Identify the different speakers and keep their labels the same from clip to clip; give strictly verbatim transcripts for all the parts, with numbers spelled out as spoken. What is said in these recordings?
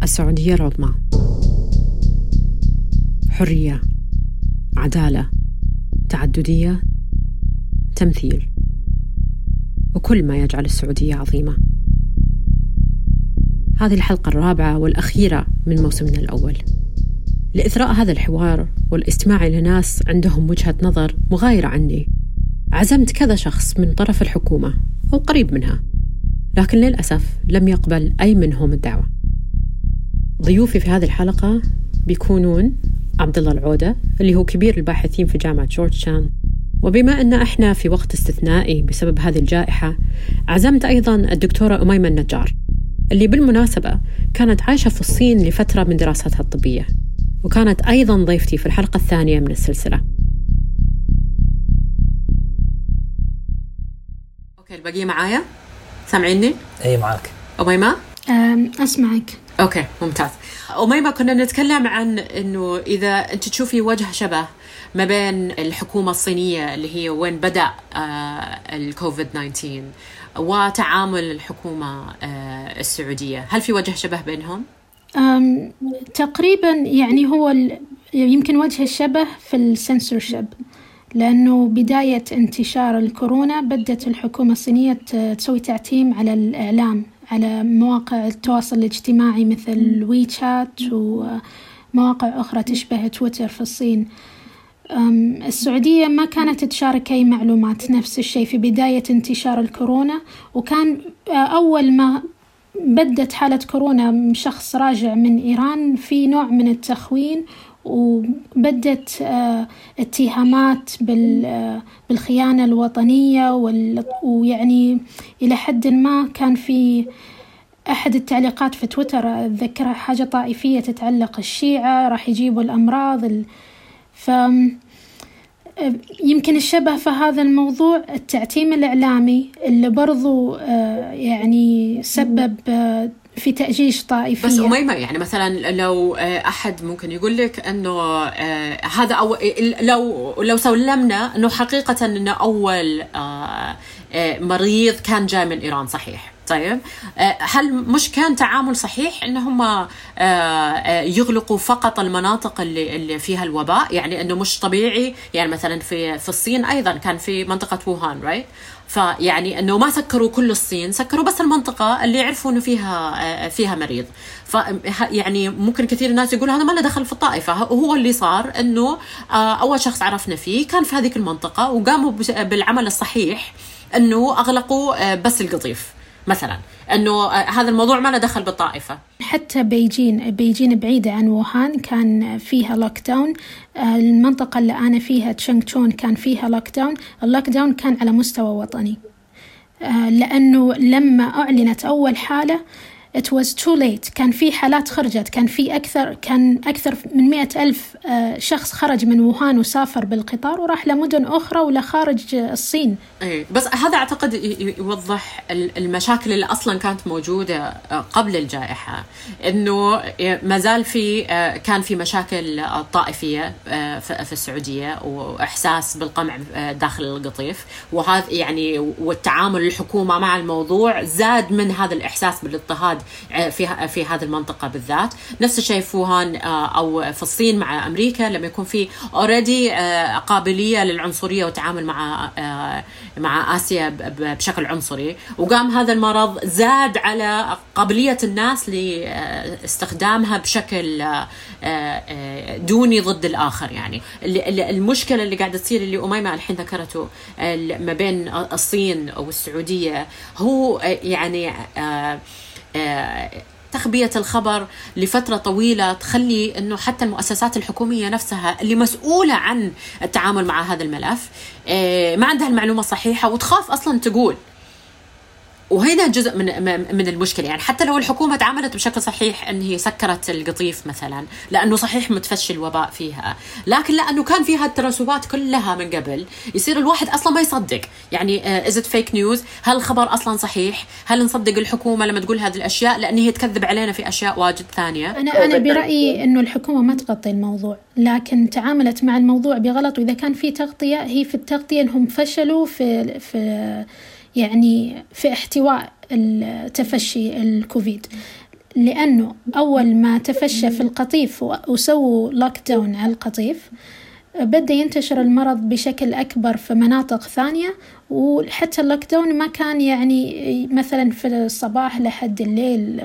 Speaker 1: السعودية العظمى. حرية، عدالة، تعددية، تمثيل، وكل ما يجعل السعودية عظيمة. هذه الحلقة الرابعة والأخيرة من موسمنا الأول. لإثراء هذا الحوار والاستماع إلى ناس عندهم وجهة نظر مغايرة عني، عزمت كذا شخص من طرف الحكومة أو قريب منها، لكن للأسف لم يقبل أي منهم الدعوة. ضيوفي في هذه الحلقة بيكونون عبد الله العودة اللي هو كبير الباحثين في جامعة جورج تاون، وبما أن إحنا في وقت استثنائي بسبب هذه الجائحة، عزمت أيضاً الدكتورة أميمة النجار اللي بالمناسبة كانت عايشة في الصين لفترة من دراستها الطبية، وكانت أيضاً ضيفتي في الحلقة الثانية من السلسلة. أوكي، البقية معايا؟ سامعيني؟
Speaker 2: أي معاك.
Speaker 3: أميمة؟
Speaker 4: أسمعك.
Speaker 3: أوكي، ممتاز. أميمة، كنا نتكلم عن إنه إذا أنت تشوفي وجه شبه ما بين الحكومة الصينية اللي هي وين بدأ الكوفيد تسعة عشر وتعامل الحكومة السعودية، هل في وجه شبه بينهم؟
Speaker 4: تقريبا، يعني هو يمكن وجه الشبه في السنسورشيب، لأنه بداية انتشار الكورونا بدأت الحكومة الصينية تسوي تعتيم على الإعلام، على مواقع التواصل الاجتماعي مثل ويتشات ومواقع أخرى تشبه تويتر في الصين. السعودية ما كانت تشارك أي معلومات. نفس الشيء في بداية انتشار الكورونا، وكان أول ما بدت حالة كورونا شخص راجع من إيران في نوع من التخوين، وبدت اتهامات بالخيانة الوطنية، ويعني إلى حد ما كان في أحد التعليقات في تويتر أتذكرها حاجة طائفية تتعلق الشيعة راح يجيبوا الأمراض. ف يمكن الشبه في هذا الموضوع التعتيم الإعلامي اللي برضو يعني سبب في تأجيج طائفية.
Speaker 3: بس أميمة، يعني مثلا لو أحد ممكن يقول لك أنه هذا أو لو لو سلمنا أنه حقيقة أنه أول مريض كان جاي من إيران، صحيح؟ طيب، هل مش كان تعامل صحيح إنهم يغلقوا فقط المناطق اللي اللي فيها الوباء؟ يعني إنه مش طبيعي، يعني مثلا في في الصين أيضا كان في منطقة ووهان، رايت؟ فيعني إنه ما سكروا كل الصين، سكروا بس المنطقة اللي يعرفوا إنه فيها فيها مريض. ف يعني ممكن كثير الناس يقولوا هذا ما له دخل في الطائفة. هو اللي صار إنه أول شخص عرفنا فيه كان في هذيك المنطقة، وقاموا بالعمل الصحيح إنه أغلقوا بس القطيف مثلا، أنه هذا الموضوع ما له دخل بالطائفة.
Speaker 4: حتى بيجين بيجين بعيدة عن ووهان كان فيها لوك داون. المنطقة اللي أنا فيها تشنغتشون كان فيها لوك داون. اللوك داون كان على مستوى وطني، لأنه لما أعلنت أول حالة it was too late. كان في حالات خرجت، كان في أكثر كان أكثر من مئة ألف شخص خرج من ووهان وسافر بالقطار وراح لمدن أخرى ولا خارج الصين.
Speaker 3: إيه، بس هذا أعتقد يوضح المشاكل اللي أصلاً كانت موجودة قبل الجائحة، إنه ما زال في كان في مشاكل طائفية في السعودية، وإحساس بالقمع داخل القطيف، وهذا يعني والتعامل الحكومة مع الموضوع زاد من هذا الإحساس بالاضطهاد في في هذه المنطقة بالذات. نفس الشيء في ووهان أو في الصين مع أمريكا، لما يكون في already قابلية للعنصرية والتعامل مع مع آسيا بشكل عنصري، وقام هذا المرض زاد على قابلية الناس لاستخدامها بشكل دوني ضد الآخر. يعني المشكلة اللي قاعدة تصير اللي أميمة الحين ذكرته ما بين الصين والسعودية هو يعني تخبية الخبر لفترة طويلة تخلي أنه حتى المؤسسات الحكومية نفسها اللي مسؤولة عن التعامل مع هذا الملف ما عندها المعلومة الصحيحة وتخاف أصلا تقول. وهنا جزء من من المشكلة. يعني حتى لو الحكومة تعاملت بشكل صحيح أن هي سكرت القطيف مثلا لأنه صحيح متفشي الوباء فيها، لكن لأنه كان فيها الترسبات كلها من قبل، يصير الواحد أصلا ما يصدق. يعني is it fake news؟ هل الخبر أصلا صحيح؟ هل نصدق الحكومة لما تقول هذه الأشياء لأن هي تكذب علينا في أشياء واجد ثانية؟
Speaker 4: أنا أنا برأيي إنه الحكومة ما تغطي الموضوع، لكن تعاملت مع الموضوع بغلط. وإذا كان في تغطية، هي في التغطية إنهم فشلوا في في يعني في احتواء التفشي الكوفيد. لأنه أول ما تفشى في القطيف وسووا لوك داون على القطيف بدأ ينتشر المرض بشكل أكبر في مناطق ثانية، وحتى اللوك داون ما كان يعني مثلا في الصباح لحد الليل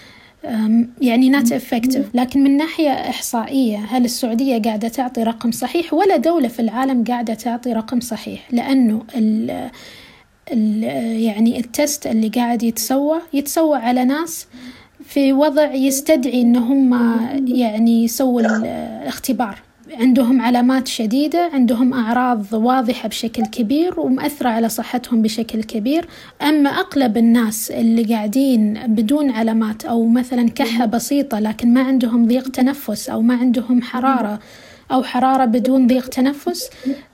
Speaker 4: يعني not effective. لكن من ناحية إحصائية هل السعودية قاعدة تعطي رقم صحيح؟ ولا دولة في العالم قاعدة تعطي رقم صحيح، لأنه ال ال يعني التست اللي قاعد يتسوى يتسوى على ناس في وضع يستدعي إنهم يعني يسووا الاختبار، عندهم علامات شديدة، عندهم أعراض واضحة بشكل كبير ومؤثرة على صحتهم بشكل كبير. أما أغلب الناس اللي قاعدين بدون علامات أو مثلا كحة بسيطة لكن ما عندهم ضيق تنفس أو ما عندهم حرارة أو حرارة بدون ضيق تنفس،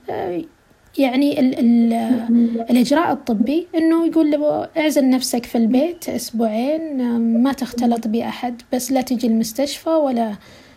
Speaker 4: يعني ال ال الإجراء الطبي إنه يقول له اعزل نفسك في البيت أسبوعين، ما تختلط بأحد، بس لا تجي المستشفى ولا.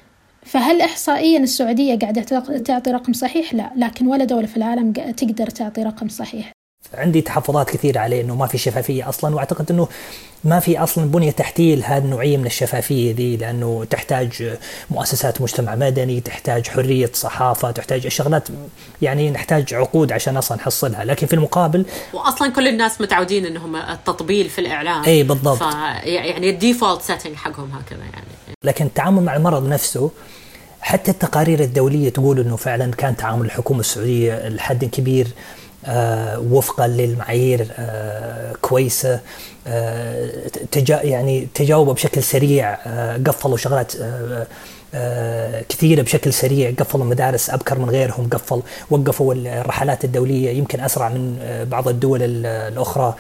Speaker 4: فهل إحصائيا السعودية قاعدة تعطي رقم صحيح؟ لا، لكن ولا دولة في العالم تقدر تعطي رقم صحيح.
Speaker 2: عندي تحفظات كثيرة عليه إنه ما في شفافية أصلاً، وأعتقد إنه ما في أصلاً بنية تحتية لهذه النوعية من الشفافية دي، لأنه تحتاج مؤسسات مجتمع مدني، تحتاج حرية صحافة، تحتاج شغلات يعني نحتاج عقود عشان أصلاً نحصلها. لكن في المقابل
Speaker 3: وأصلاً كل الناس متعودين إنهم التطبيل في الإعلام.
Speaker 2: أي بالضبط.
Speaker 3: يعني الديفولت سيتنج حقهم هكذا يعني.
Speaker 2: لكن التعامل مع المرض نفسه، حتى التقارير الدولية تقول إنه فعلاً كان تعامل الحكومة السعودية لحد كبير آه وفقاً للمعايير آه كويسة، آه تجا يعني تجاوبوا بشكل سريع، آه قفلوا شغلات آه آه كثيرة بشكل سريع، قفلوا مدارس أبكر من غيرهم، قفل وقفوا الرحلات الدولية يمكن أسرع من آه بعض الدول الأخرى.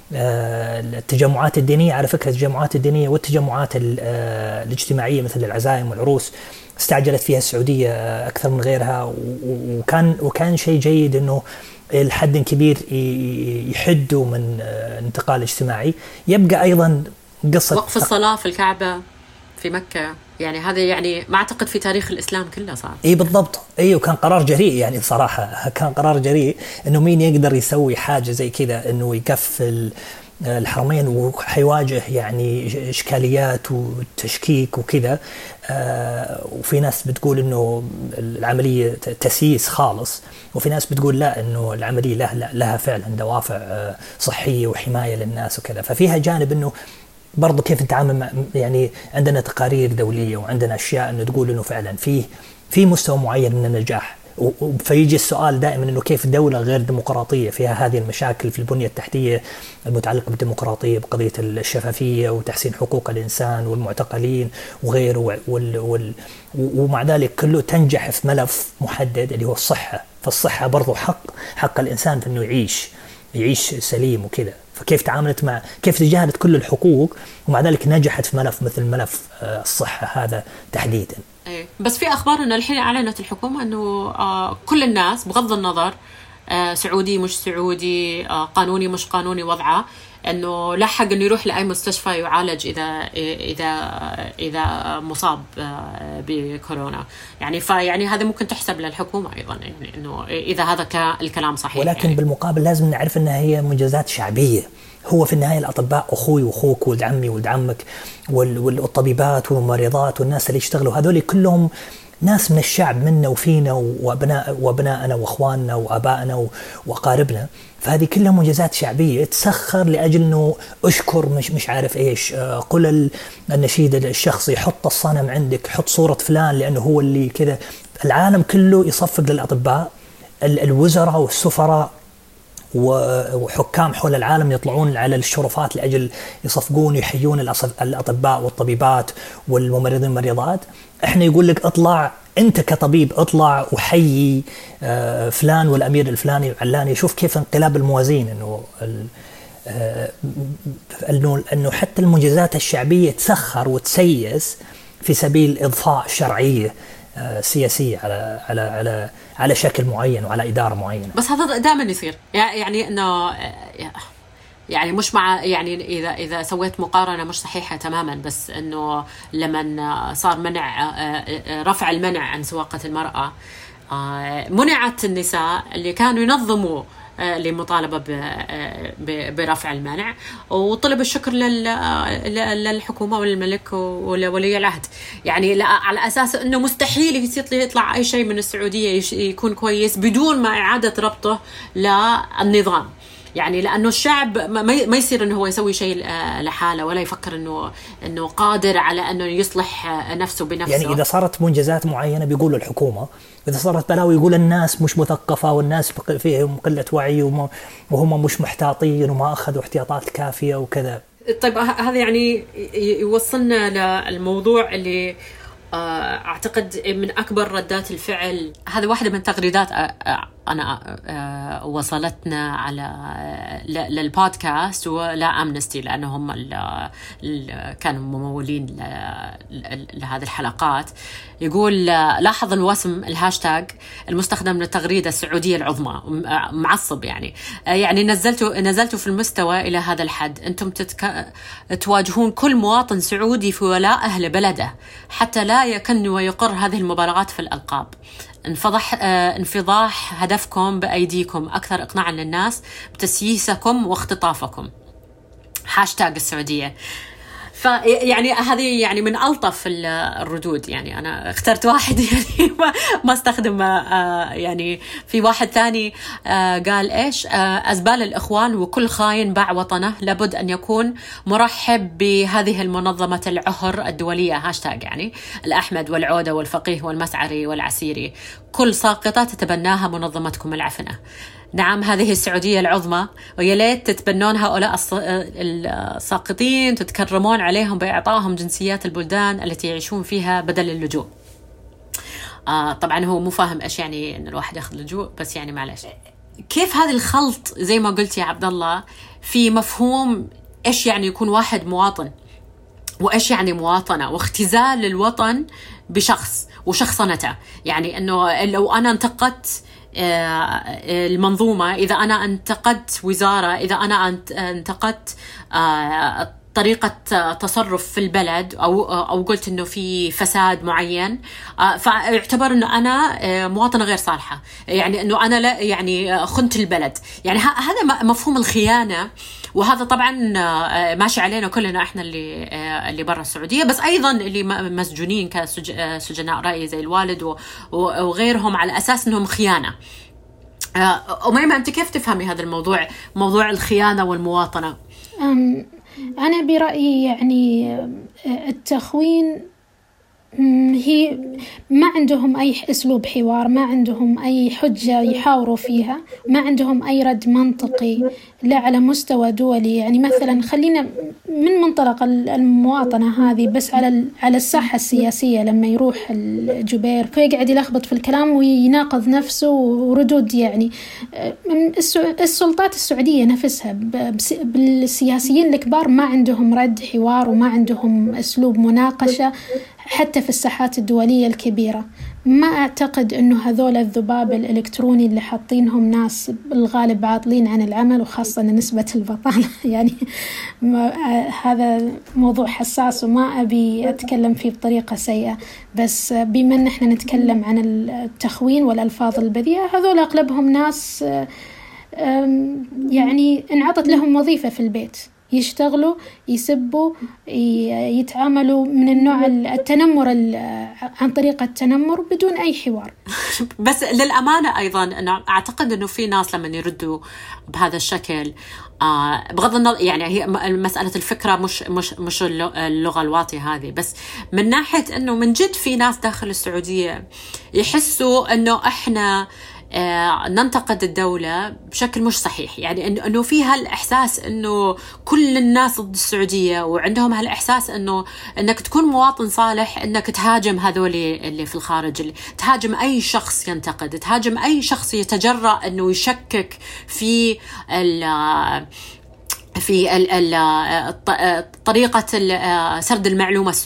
Speaker 2: آه التجمعات الدينية، على فكرة التجمعات الدينية والتجمعات آه الاجتماعية مثل العزائم والعروس استعجلت فيها السعودية آه أكثر من غيرها، وكان وكان شيء جيد إنه الحد كبير يحدوا من الانتقال الاجتماعي. يبقى أيضا قصة
Speaker 3: وقف الصلاة في الكعبة في مكة، يعني هذا يعني ما أعتقد في تاريخ الإسلام كله صار.
Speaker 2: إيه بالضبط، إيه وكان قرار جريء، يعني صراحة كان قرار جريء إنه مين يقدر يسوي حاجة زي كذا، إنه يقفل الحرمين وحيواجه يعني إشكاليات وتشكيك وكذا. آه وفي ناس بتقول إنه العملية تسييس خالص، وفي ناس بتقول لا إنه العملية لها, لها فعلا دوافع آه صحية وحماية للناس وكذا. ففيها جانب إنه برضو كيف نتعامل مع، يعني عندنا تقارير دولية وعندنا أشياء إنه تقول إنه فعلا فيه في مستوى معين من النجاح. فيجي السؤال دائما إنه كيف دولة غير ديمقراطية فيها هذه المشاكل في البنية التحتية المتعلقة بالديمقراطية، بقضية الشفافية وتحسين حقوق الإنسان والمعتقلين وغيره، وال وال ومع ذلك كله تنجح في ملف محدد اللي هو الصحة. فالصحة برضو حق حق الإنسان في إنه يعيش يعيش سليم وكذا. فكيف تعاملت مع كيف تجاهلت كل الحقوق ومع ذلك نجحت في ملف مثل ملف الصحة هذا تحديدا.
Speaker 3: إيه. بس في أخبار أنه الحين أعلنت الحكومة أنه آه كل الناس بغض النظر آه سعودي مش سعودي، آه قانوني مش قانوني وضعه، أنه لحق أنه يروح لأي مستشفى يعالج إذا إذا إذا مصاب آه بكورونا. يعني فيعني هذا ممكن تحسب للحكومة أيضا، يعني أنه إذا هذا الكلام صحيح.
Speaker 2: ولكن
Speaker 3: يعني
Speaker 2: بالمقابل لازم نعرف أنها هي منجزات شعبية. هو في النهاية الأطباء أخوي وأخوك ولد عمي ولد عمك، والطبيبات والممرضات والناس اللي يشتغلوا هذول كلهم ناس من الشعب، منا وفينا وأبناء وأبنائنا وأخواننا وأبائنا وأقاربنا. فهذه كلها منجزات شعبية تسخر لأجل أنه أشكر مش مش عارف إيش، قل النشيد الشخصي، حط الصنم عندك، حط صورة فلان لأنه هو اللي كذا. العالم كله يصفق للأطباء، الوزراء والسفراء وحكام حول العالم يطلعون على الشرفات لأجل يصفقون ويحيون الأطباء والطبيبات والممرضين والممرضات. إحنا يقول لك اطلع أنت كطبيب، اطلع وحيي فلان والأمير الفلاني العلاني. شوف كيف انقلاب الموازين، إنه إنه إنه حتى المنجزات الشعبية تسخر وتسيس في سبيل إضفاء شرعية سياسية على على على على شكل معين وعلى إدارة معينة.
Speaker 3: بس هذا دائما يصير، يعني إنه يعني مش مع يعني إذا إذا سويت مقارنة مش صحيحة تماما، بس إنه لما صار منع رفع المنع عن سواقة المرأة، منعت النساء اللي كانوا ينظموا لمطالبة برفع المنع، وطلب الشكر للحكومة والملك وولي العهد، يعني على أساس أنه مستحيل يطلع أي شيء من السعودية يكون كويس بدون ما إعادة ربطه للنظام، يعني لأنه الشعب ما يصير إنه هو يسوي شيء لحاله ولا يفكر إنه إنه قادر على إنه يصلح نفسه بنفسه.
Speaker 2: يعني إذا صارت منجزات معينة بيقولوا الحكومة، إذا صارت بلاوي يقول الناس مش مثقفة والناس فيهم قلة وعي وهم مش محتاطين وما أخذوا احتياطات كافية وكذا.
Speaker 3: طيب هذا يعني يوصلنا للموضوع اللي أعتقد من أكبر ردات الفعل. هذا واحدة من تغريدات أنا وصلتنا على للبودكاست ولا أمنستي، لأنهم كانوا ممولين لهذه الحلقات. يقول لاحظ الوسم الهاشتاج المستخدم للتغريدة السعودية العظمى معصب، يعني يعني نزلتوا نزلتوا في المستوى إلى هذا الحد، أنتم تتك... تواجهون كل مواطن سعودي في ولائه لبلده حتى لا يكن ويقر هذه المبالغات في الألقاب. انفضح انفضاح هدفكم بأيديكم أكثر إقناعا للناس بتسييسكم واختطافكم. هاشتاج السعودية. فيعني هذه يعني من ألطف الردود، يعني أنا اخترت واحد يعني ما, ما استخدم يعني. في واحد ثاني قال إيش أزبال الإخوان وكل خاين باع وطنه لابد أن يكون مرحب بهذه المنظمة العهر الدولية. هاشتاج يعني الأحمد والعودة والفقيه والمسعري والعسيري كل ساقطة تتبناها منظمتكم العفنة. نعم هذه السعودية العظمى، ويا ليت تتبنون هؤلاء الساقطين تتكرمون عليهم بإعطائهم جنسيات البلدان التي يعيشون فيها بدل اللجوء. آه طبعا هو مو فاهم إيش يعني إن الواحد يأخذ لجوء، بس يعني معلش كيف هذا الخلط زي ما قلت يا عبد الله في مفهوم إيش يعني يكون واحد مواطن وإيش يعني مواطنة واختزال للوطن بشخص وشخصنته. يعني إنه لو أنا انتقدت المنظومة، إذا أنا انتقدت وزارة، إذا أنا انتقدت طريقة تصرف في البلد أو أو قلت إنه في فساد معين، فاعتبر إنه أنا مواطنة غير صالحة، يعني إنه أنا لا يعني خنت البلد. يعني هذا مفهوم الخيانة، وهذا طبعا ماشي علينا كلنا إحنا اللي اللي برا السعودية، بس أيضا اللي مسجونين كسجناء رأي زي الوالد وغيرهم على أساس إنهم خيانة. أميمة أنت كيف تفهمي هذا الموضوع، موضوع الخيانة والمواطنة؟
Speaker 4: أنا برأيي يعني التخوين هي ما عندهم أي أسلوب حوار، ما عندهم أي حجة يحاوروا فيها، ما عندهم أي رد منطقي لا على مستوى دولي. يعني مثلا خلينا من منطلق المواطنة هذه بس على على الساحة السياسية، لما يروح الجبير فيقعد يلخبط في الكلام ويناقض نفسه وردود. يعني السلطات السعودية نفسها بالسياسيين الكبار ما عندهم رد حوار وما عندهم أسلوب مناقشة حتى في الساحات الدولية الكبيرة. ما أعتقد أنه هذول الذباب الإلكتروني اللي حاطينهم ناس بالغالب عاطلين عن العمل، وخاصة نسبة البطالة يعني هذا موضوع حساس وما أبي أتكلم فيه بطريقة سيئة، بس بما أن احنا نتكلم عن التخوين والألفاظ البذيئة، هذول أغلبهم ناس يعني انعطت لهم وظيفة في البيت، يشتغلوا يسبوا يتعاملوا من النوع التنمر عن طريق التنمر بدون أي حوار.
Speaker 3: بس للأمانة أيضا أنا أعتقد أنه في ناس لما يردوا بهذا الشكل آه بغض النظر، يعني هي مسألة الفكرة مش مش مش اللغة الواطية هذه، بس من ناحية أنه من جد في ناس داخل السعودية يحسوا أنه إحنا آه ننتقد الدولة بشكل مش صحيح. يعني إنه إنه في هالإحساس إنه كل الناس ضد السعودية، وعندهم هالإحساس إنه إنك تكون مواطن صالح إنك تهاجم هذول اللي في الخارج، اللي تهاجم أي شخص ينتقد، تهاجم أي شخص يتجرأ إنه يشكك في في طريقة سرد المعلومة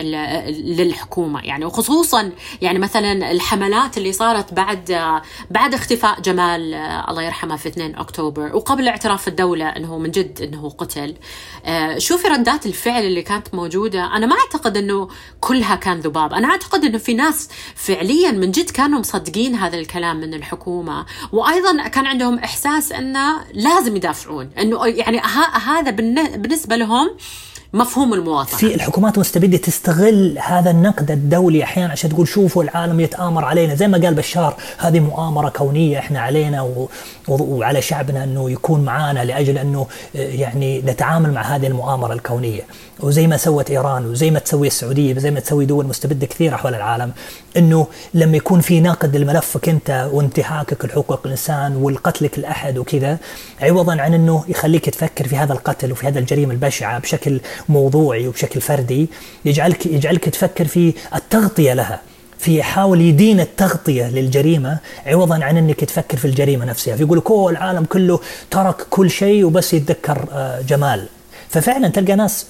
Speaker 3: للحكومة يعني، وخصوصا يعني مثلا الحملات اللي صارت بعد بعد اختفاء جمال الله يرحمه في اثنين أكتوبر وقبل اعتراف الدولة أنه من جد أنه قتل. شوفي ردات الفعل اللي كانت موجودة، أنا ما أعتقد أنه كلها كان ذباب، أنا أعتقد أنه في ناس فعليا من جد كانوا مصدقين هذا الكلام من الحكومة، وأيضا كان عندهم إحساس أنه لازم يدافعون، أنه يعني هذا بالنسبة لهم مفهوم المواطنة.
Speaker 2: في الحكومات مستبدة تستغل هذا النقد الدولي أحيانا عشان تقول شوفوا العالم يتآمر علينا، زي ما قال بشار هذه مؤامرة كونية إحنا علينا و... وعلى شعبنا أنه يكون معانا لأجل أنه يعني نتعامل مع هذه المؤامرة الكونية، وزي ما سوت إيران وزي ما تسوي السعودية وزي ما تسوي دول مستبدة كثيرة حول العالم، أنه لما يكون في ناقد لملفك أنت وانتهاكك لحقوق الإنسان والقتلك الأحد وكذا، عوضا عن أنه يخليك تفكر في هذا القتل وفي هذا الجريمة البشعة بشكل موضوعي وبشكل فردي، يجعلك يجعلك تفكر في التغطية لها، في يحاول يدين التغطية للجريمة عوضا عن أنك تفكر في الجريمة نفسها. فيقولوا كل العالم كله ترك كل شيء وبس يتذكر جمال. ففعلا تلقى ناس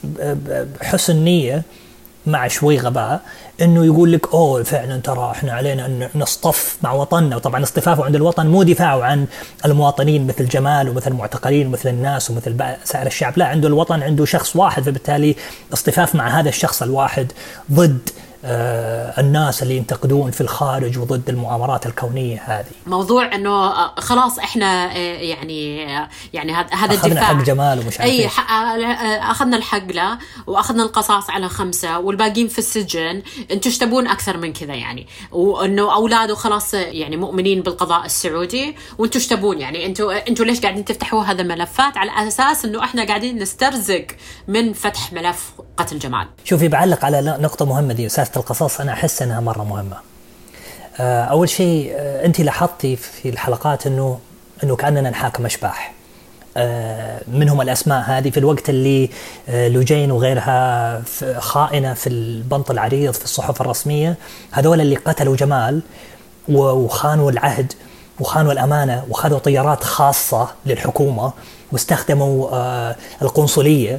Speaker 2: بحسن نية مع شوي غباء انه يقول لك اوه فعلا ترى احنا علينا ان نصطف مع وطننا، وطبعا اصطفافه عند الوطن مو دفاعه عن المواطنين مثل جمال ومثل المعتقلين ومثل الناس ومثل سائر الشعب، لا، عنده الوطن عنده شخص واحد، فبالتالي اصطفاف مع هذا الشخص الواحد ضد آه الناس اللي ينتقدون في الخارج وضد المؤامرات الكونية هذه.
Speaker 3: موضوع انه خلاص احنا يعني يعني هذا الدفاع
Speaker 2: اخذنا حق جمال ومش عارف
Speaker 3: اي اخذنا الحق له واخذنا القصاص على خمسة والباقيين في السجن، انتم ايش تبون اكثر من كذا يعني، وانه اولاده خلاص يعني مؤمنين بالقضاء السعودي، وانتم ايش تبون يعني، انتم انتم ليش قاعدين تفتحوا هذا الملفات على اساس انه احنا قاعدين نسترزق من فتح ملف قتل جمال.
Speaker 2: شوفي بعلق على نقطة مهمة دي، سالفة القصاص أنا أحس أنها مرة مهمة. أول شيء أنت لاحظتي في الحلقات أنه أنه كأننا نحاكم أشباح، منهم الأسماء هذه في الوقت اللي لوجين وغيرها خائنة في البنط العريض في الصحف الرسمية، هذول اللي قتلوا جمال وخانوا العهد وخانوا الأمانة وخذوا طيارات خاصة للحكومة واستخدموا القنصلية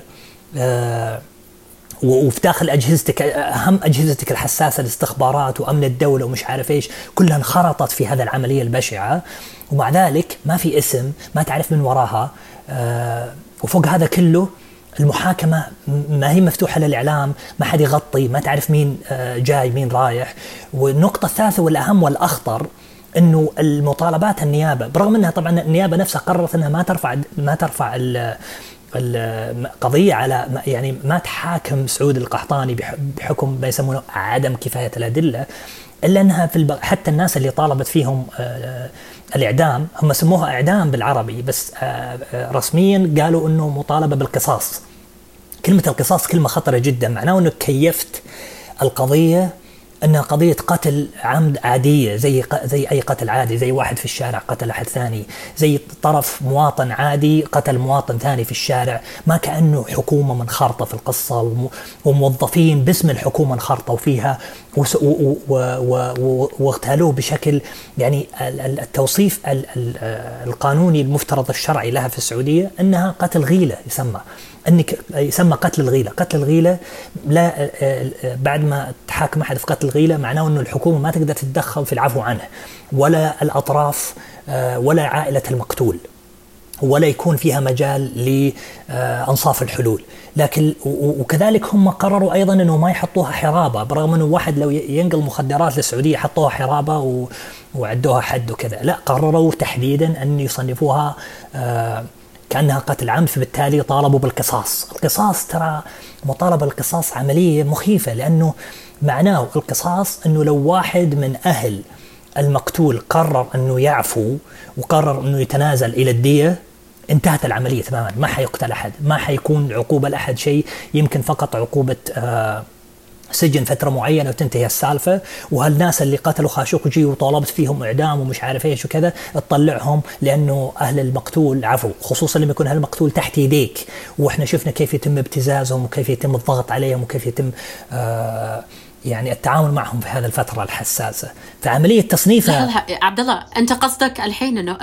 Speaker 2: وفي داخل أجهزتك أهم أجهزتك الحساسة الاستخبارات وأمن الدولة ومش عارف إيش كلها انخرطت في هذا العملية البشعة، ومع ذلك ما في اسم، ما تعرف من وراها. وفوق هذا كله المحاكمة ما هي مفتوحة للإعلام، ما حد يغطي، ما تعرف مين جاي مين رايح. والنقطة الثالثة والأهم والأخطر إنه المطالبات النيابة، برغم أنها طبعا النيابة نفسها قررت أنها ما ترفع ما ترفع القضية على يعني ما تحاكم سعود القحطاني بحكم ما يسمونه عدم كفاية الأدلة، إلا أنها في حتى الناس اللي طالبت فيهم الإعدام هم سموها إعدام بالعربي، بس رسميا قالوا أنه مطالبة بالقصاص. كلمة القصاص كلمة خطرة جدا، معناه أنه كيفت القضية أنها قضية قتل عمد عادية زي زي أي قتل عادي، زي واحد في الشارع قتل أحد ثاني، زي طرف مواطن عادي قتل مواطن ثاني في الشارع، ما كأنه حكومة منخرطة في القصة وموظفين باسم الحكومة انخرطوا فيها واغتالوه بشكل يعني التوصيف القانوني المفترض الشرعي لها في السعودية أنها قتل غيلة، يسمى أنك يسمى قتل الغيلة. قتل الغيلة لا بعد ما تحاكم أحد في قتل الغيلة معناه أنه الحكومة ما تقدر تتدخل في العفو عنه ولا الأطراف ولا عائلة المقتول، ولا يكون فيها مجال لأنصاف الحلول. لكن وكذلك هم قرروا أيضا أنه ما يحطوها حرابة، برغم أنه واحد لو ينقل مخدرات للسعودية حطوها حرابة وعدوها حد وكذا، لا، قرروا تحديدا أن يصنفوها كأنها قتل عمد، فبالتالي طالبوا بالقصاص. القصاص ترى مطالبة القصاص عملية مخيفة، لأنه معناه القصاص أنه لو واحد من أهل المقتول قرر أنه يعفو وقرر أنه يتنازل إلى الدية، انتهت العملية تماما، ما حيقتل أحد، ما حيكون عقوبة لأحد شيء، يمكن فقط عقوبة آه سجن فترة معينة وتنتهي السالفة. وهالناس اللي قتلوا خاشقجي وطالبت فيهم إعدام ومش عارف إيش وكذا تطلعهم لأنه أهل المقتول عفوا، خصوصا لما يكون أهل المقتول تحت يديك، وإحنا شفنا كيف يتم ابتزازهم وكيف يتم الضغط عليهم وكيف يتم آه يعني التعامل معهم في هذه الفترة الحساسة. فعملية تصنيفها
Speaker 3: عبد الله، أنت قصدك الحين إنه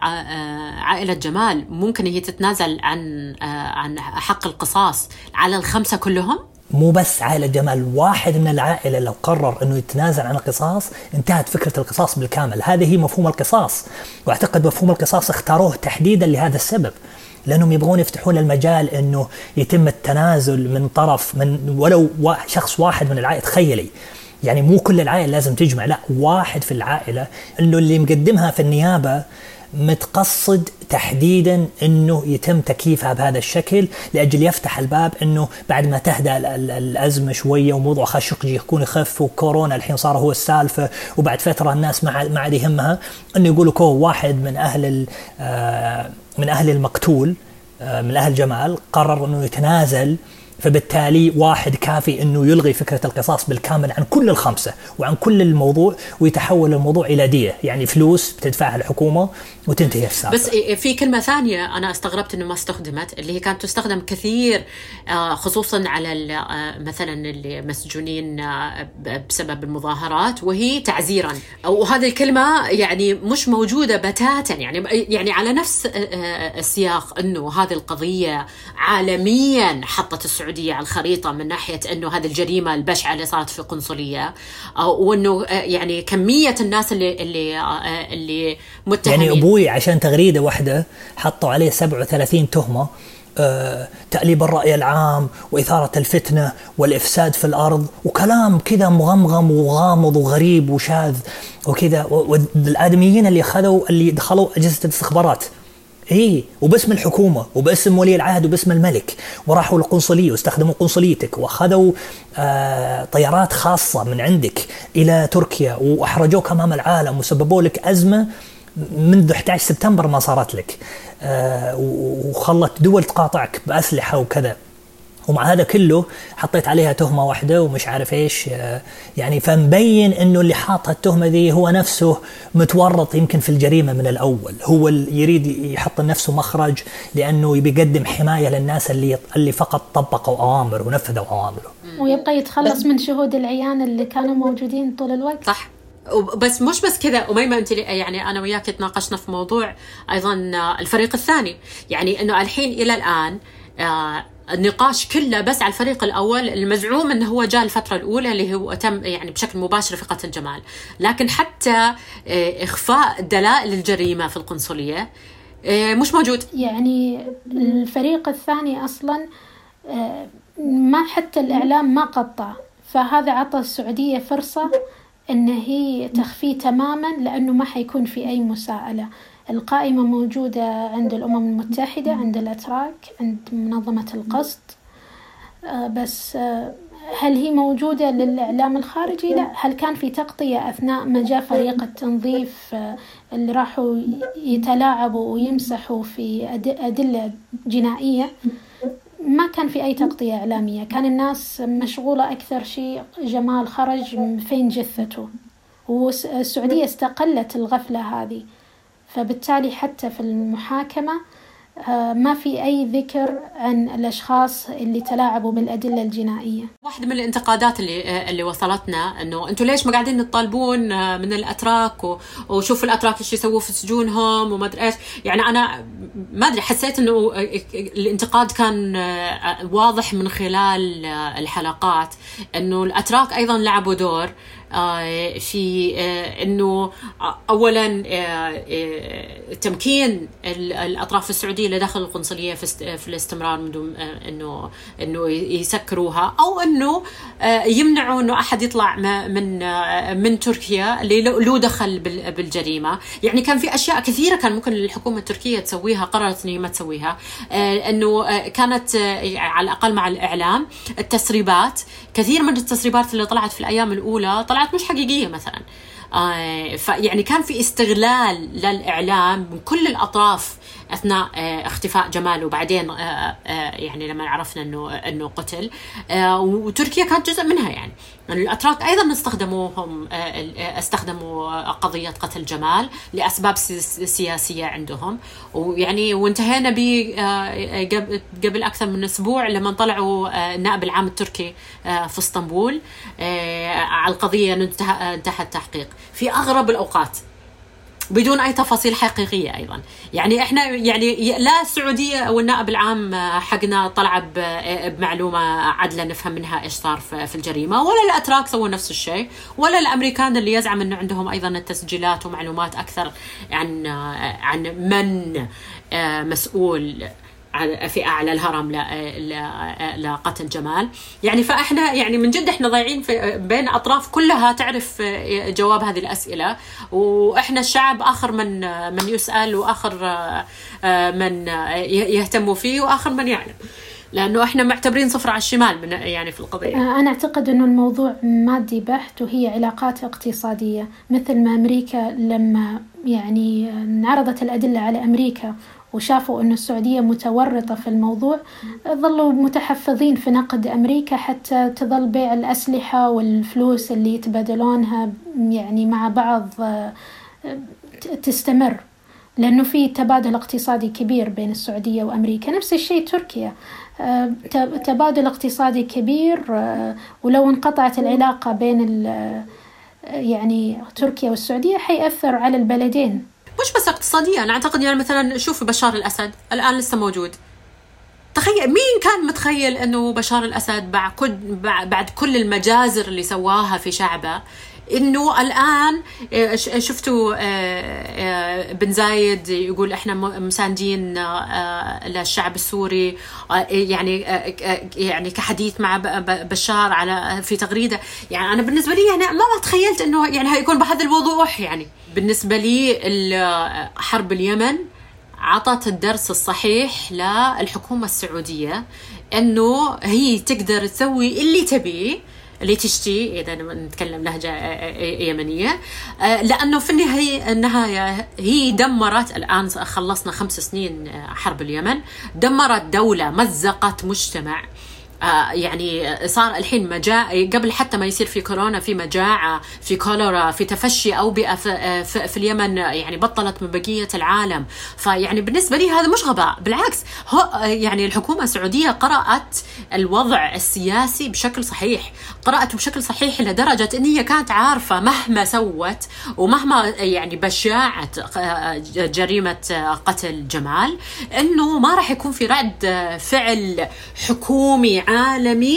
Speaker 3: عائلة جمال ممكن هي تتنازل عن عن حق القصاص على الخمسة كلهم؟
Speaker 2: مو بس عائلة جمال، واحد من العائلة لو قرر أنه يتنازل عن القصاص انتهت فكرة القصاص بالكامل. هذه هي مفهوم القصاص، واعتقد مفهوم القصاص اختاروه تحديدا لهذا السبب، لأنهم يبغون يفتحون المجال أنه يتم التنازل من طرف من ولو شخص واحد من العائلة. تخيلي يعني مو كل العائلة لازم تجمع، لا واحد في العائلة أنه اللي مقدمها في النيابة متقصد تحديدا أنه يتم تكليفها بهذا الشكل لأجل يفتح الباب أنه بعد ما تهدأ الأزمة شوية وموضوع خاشقجي يكون يخف وكورونا الحين صار هو السالفة وبعد فترة الناس ما عاد يهمها، أنه يقولوا كو واحد من أهل من أهل المقتول من أهل جمال قرر أنه يتنازل، فبالتالي واحد كافي أنه يلغي فكرة القصاص بالكامل عن كل الخمسة وعن كل الموضوع، ويتحول الموضوع إلى دية، يعني فلوس بتدفعها الحكومة وتنتهي السالفة.
Speaker 3: بس في كلمة ثانية أنا استغربت أنه ما استخدمت، اللي هي كانت تستخدم كثير خصوصا على مثلا اللي مسجونين بسبب المظاهرات، وهي تعزيرا، وهذه الكلمة يعني مش موجودة بتاتا، يعني يعني على نفس السياق أنه هذه القضية عالميا حطت السعودية على الخريطة من ناحية أنه هذه الجريمة البشعة اللي صارت في قنصلية، وأنه يعني كمية الناس اللي اللي اللي متهمين.
Speaker 2: يعني أبوي عشان تغريدة واحدة حطوا عليه سبعة وثلاثين تهمة، آه، تأليب الرأي العام وإثارة الفتنة والإفساد في الأرض وكلام كذا مغمغم وغامض وغريب وشاذ وكذا، والآدميين اللي خذوا اللي دخلوا أجهزة الاستخبارات إيه وباسم الحكومة وباسم ولي العهد وباسم الملك، وراحوا القنصلية واستخدموا قنصليتك وأخذوا آه طيارات خاصة من عندك إلى تركيا وأحرجوك أمام العالم وسببوا لك أزمة منذ أحد عشر سبتمبر ما صارت لك، آه وخلت دول تقاطعك بأسلحة وكذا، ومع هذا كله حطيت عليها تهمة واحدة ومش عارف إيش، يعني فمبين إنه اللي حاطها التهمة ذي هو نفسه متورط يمكن في الجريمة من الأول، هو اللي يريد يحط لنفسه مخرج لأنه يبي يقدم حماية للناس اللي اللي فقط طبقوا أوامر ونفذوا أوامره،
Speaker 4: ويبقى يتخلص من شهود العيان اللي كانوا موجودين طول الوقت.
Speaker 3: صح. بس مش بس كذا أميمة، أنت يعني أنا وياك تناقشنا في موضوع أيضا الفريق الثاني، يعني إنه الحين إلى الآن آه النقاش كله بس على الفريق الأول المزعوم أنه هو جاء الفترة الأولى اللي هو تم يعني بشكل مباشر في قتل جمال، لكن حتى إخفاء دلائل الجريمة في القنصلية مش موجود.
Speaker 4: يعني الفريق الثاني أصلا ما حتى الإعلام ما قطع، فهذا عطى السعودية فرصة أن هي تخفيه تماما، لأنه ما حيكون في أي مساءلة. القائمة موجودة عند الأمم المتحدة، عند الأتراك، عند منظمة القصد، بس هل هي موجودة للإعلام الخارجي؟ لا. هل كان في تغطية أثناء ما جاء فريق التنظيف اللي راحوا يتلاعبوا ويمسحوا في أدلة جنائية؟ ما كان في أي تغطية إعلامية، كان الناس مشغولة أكثر شيء جمال خرج فين جثته، والسعودية استقلت الغفلة هذه، فبالتالي حتى في المحاكمة ما في أي ذكر عن الأشخاص اللي تلاعبوا بالأدلة الجنائية.
Speaker 3: واحدة من الانتقادات اللي اللي وصلتنا إنه أنتوا ليش ما قاعدين تطالبون من الأتراك وشوفوا الأتراك إيش يسووا في سجونهم وما أدري إيش، يعني أنا ما أدري حسيت إنه الانتقاد كان واضح من خلال الحلقات إنه الأتراك أيضا لعبوا دور في إنه أولاً تمكين الأطراف السعودية اللي داخل القنصلية في الاستمرار من دون إنه إنه يسكروها، أو إنه يمنعوا إنه أحد يطلع من من تركيا اللي له دخل بالجريمة. يعني كان في أشياء كثيرة كان ممكن الحكومة التركية تسويها، قررت إنه ما تسويها، إنه كانت على الأقل مع الإعلام التسريبات، كثير من التسريبات اللي طلعت في الأيام الأولى طلعت مش حقيقية مثلا، آه فيعني كان في استغلال للإعلام من كل الأطراف أثناء آه اختفاء جمال، وبعدين آه آه يعني لما عرفنا إنه إنه قتل. آه وتركيا كانت جزء منها، يعني الأتراك أيضا استخدموهم آه استخدموا قضية قتل جمال لأسباب سياسية عندهم. ويعني وانتهينا ب آه قبل أكثر من أسبوع لما طلعوا آه النائب العام التركي آه في اسطنبول آه على القضية انتهى انتهى التحقيق في أغرب الأوقات بدون أي تفاصيل حقيقية أيضا. يعني إحنا يعني لا السعودية أو النائب العام حقنا طلع بمعلومة عدلة نفهم منها إيش صار في الجريمة، ولا الأتراك سووا نفس الشيء، ولا الأمريكان اللي يزعم أنه عندهم أيضا التسجيلات ومعلومات أكثر عن عن من مسؤول في أعلى الهرم لقتل جمال. يعني فإحنا يعني من جد إحنا ضايعين في بين أطراف كلها تعرف جواب هذه الأسئلة، وإحنا الشعب آخر من من يسأل، وآخر من يهتموا فيه، وآخر من يعلم، لأنه إحنا معتبرين صفر على الشمال من يعني في القضية.
Speaker 4: أنا أعتقد أنه الموضوع مادي بحت، وهي علاقات اقتصادية، مثل ما أمريكا لما يعني انعرضت الأدلة على أمريكا وشافوا أن السعودية متورطة في الموضوع، ظلوا متحفظين في نقد أمريكا حتى تظل بيع الأسلحة والفلوس اللي يتبادلونها يعني مع بعض تستمر، لأنه في تبادل اقتصادي كبير بين السعودية وأمريكا. نفس الشيء تركيا، تبادل اقتصادي كبير، ولو انقطعت العلاقة بين يعني تركيا والسعودية حيأثر على البلدين.
Speaker 3: مش بس اقتصادية، أنا أعتقد يعني مثلا شوف بشار الأسد الآن لسه موجود. تخيل مين كان متخيل أنه بشار الأسد بعد كل بعد كل المجازر اللي سواها في شعبه إنه الآن شفتوا بن زايد يقول إحنا مساندين للشعب السوري، يعني يعني كحديث مع بشار على في تغريدة. يعني أنا بالنسبة لي يعني ما تخيلت إنه يعني هيكون بهذا الوضوح. يعني بالنسبة لي حرب اليمن عطت الدرس الصحيح للحكومة السعودية إنه هي تقدر تسوي اللي تبيه اللي تشتي إذا نتكلم لهجة يمنية، لأنه في النهاية النهاية هي دمرت. الآن خلصنا خمس سنين حرب اليمن، دمرت دولة، مزقت مجتمع. آه يعني صار الحين مجاعة قبل حتى ما يصير في كورونا، في مجاعة، في كوليرا، في تفشي أوبئة في, في, في اليمن، يعني بطلت من بقية العالم. فيعني بالنسبة لي هذا مش غباء، بالعكس هو يعني الحكومة السعودية قرأت الوضع السياسي بشكل صحيح، قرأته بشكل صحيح لدرجة إن هي كانت عارفة مهما سوت ومهما يعني بشاعة جريمة قتل جمال إنه ما راح يكون في رد فعل حكومي عالمي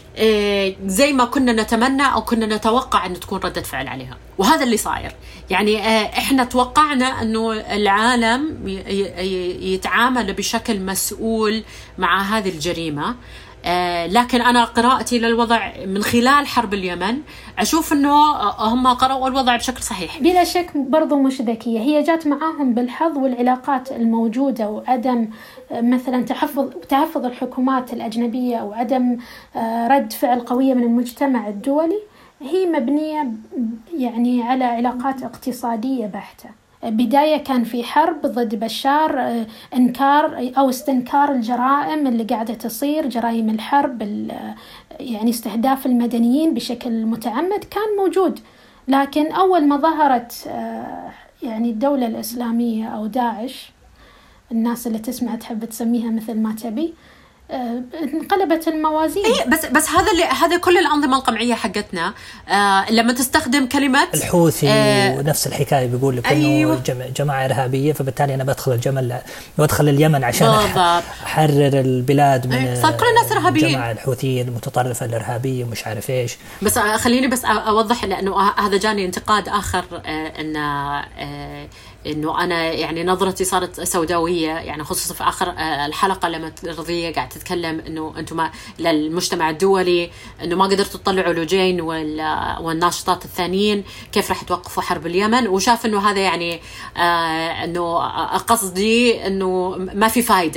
Speaker 3: زي ما كنا نتمنى أو كنا نتوقع أن تكون ردة فعل عليها. وهذا اللي صاير. يعني إحنا توقعنا أنه العالم يتعامل بشكل مسؤول مع هذه الجريمة، لكن أنا قراءتي للوضع من خلال حرب اليمن أشوف أنه هم قرأوا الوضع بشكل صحيح.
Speaker 4: بلا شك برضو مش ذكية، هي جات معاهم بالحظ والعلاقات الموجودة، وعدم مثلا تحفظ تحفظ الحكومات الأجنبية أو عدم رد فعل قوية من المجتمع الدولي. هي مبنية يعني على علاقات اقتصادية بحتة. بداية كان في حرب ضد بشار، إنكار أو استنكار الجرائم اللي قاعدة تصير، جرائم الحرب، يعني استهداف المدنيين بشكل متعمد كان موجود. لكن أول ما ظهرت يعني الدولة الإسلامية أو داعش، الناس اللي تسمع تحب تسميها مثل ما تبي، انقلبت الموازين.
Speaker 3: إيه بس بس هذا اللي هذا كل الأنظمة القمعية حقتنا آه لما تستخدم كلمة
Speaker 2: الحوثي آه ونفس الحكاية بيقول لك أيوه إنه جماعة, جماعة إرهابية، فبالتالي أنا بدخل الجمل بدخل اليمن عشان أحرر البلاد من
Speaker 3: إيه صار كل الناس إرهابيين،
Speaker 2: الجماعة الحوثية المتطرفة الإرهابية مش عارف إيش.
Speaker 3: بس خليني بس أوضح، لأنه هذا جاني انتقاد آخر آه إن آه إنه أنا يعني نظرتي صارت سوداوية، يعني خصوصا في آخر الحلقة لما رضية قاعد تتكلم إنه أنتم ما للمجتمع الدولي إنه ما قدرتوا تطلعوا لوجين والناشطات الثانيين كيف راح توقفوا حرب اليمن، وشاف إنه هذا يعني آه إنه قصدي إنه ما في فايدة،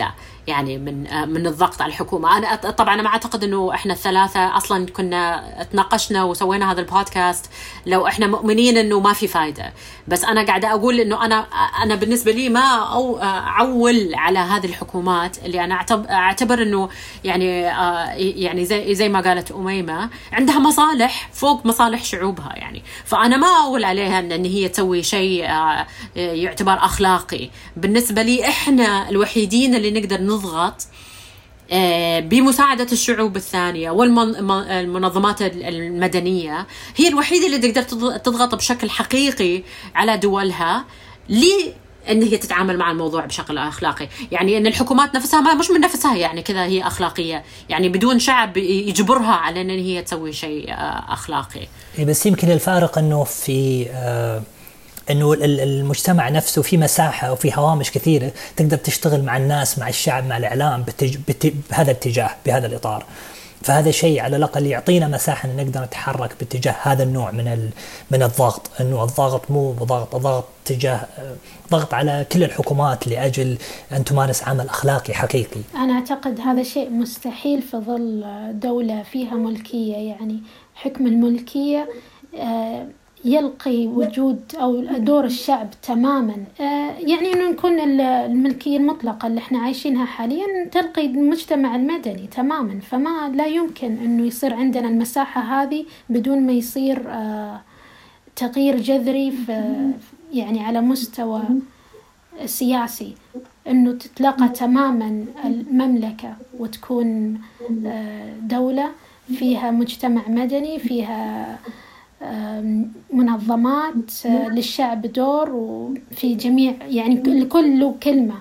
Speaker 3: يعني من من الضغط على الحكومة. أنا طبعا أنا ما أعتقد إنه إحنا الثلاثة أصلا كنا تناقشنا وسوينا هذا البودكاست لو إحنا مؤمنين إنه ما في فايدة، بس أنا قاعدة أقول إنه أنا أنا بالنسبة لي ما أو أعول على هذه الحكومات اللي أنا أعتبر إنه يعني يعني زي زي ما قالت أميمة عندها مصالح فوق مصالح شعوبها يعني، فأنا ما أقول عليها إن هي تسوي شيء يعتبر أخلاقي. بالنسبة لي إحنا الوحيدين اللي نقدر نضغط بمساعدة الشعوب الثانية والمنظمات المدنية، هي الوحيدة اللي تقدر تضغط بشكل حقيقي على دولها ليه إن هي تتعامل مع الموضوع بشكل أخلاقي. يعني إن الحكومات نفسها ما مش من نفسها يعني كذا هي أخلاقية، يعني بدون شعب يجبرها على إن هي تسوي شيء أخلاقي.
Speaker 2: بس يمكن الفارق إنه في آه إنه المجتمع نفسه في مساحة وفي هوامش كثيرة تقدر تشتغل مع الناس مع الشعب مع الإعلام بتج... بت... بهذا الاتجاه بهذا الإطار، فهذا شيء على الأقل يعطينا مساحة أن نقدر نتحرك باتجاه هذا النوع من ال... من الضغط. إنه الضغط مو ضغط ضغط تجاه ضغط على كل الحكومات لأجل أن تمارس عمل أخلاقي حقيقي.
Speaker 4: أنا أعتقد هذا شيء مستحيل في ظل دولة فيها ملكية، يعني حكم الملكية آه يلقي وجود أو دور الشعب تماماً. يعني إنه نكون الملكية المطلقة اللي إحنا عايشينها حالياً تلقي المجتمع المدني تماماً، فما لا يمكن إنه يصير عندنا المساحة هذه بدون ما يصير تغيير جذري في يعني على مستوى سياسي، إنه تتلقى تماماً المملكة وتكون دولة فيها مجتمع مدني فيها منظمات للشعب دور وفي جميع يعني لكل كلمة.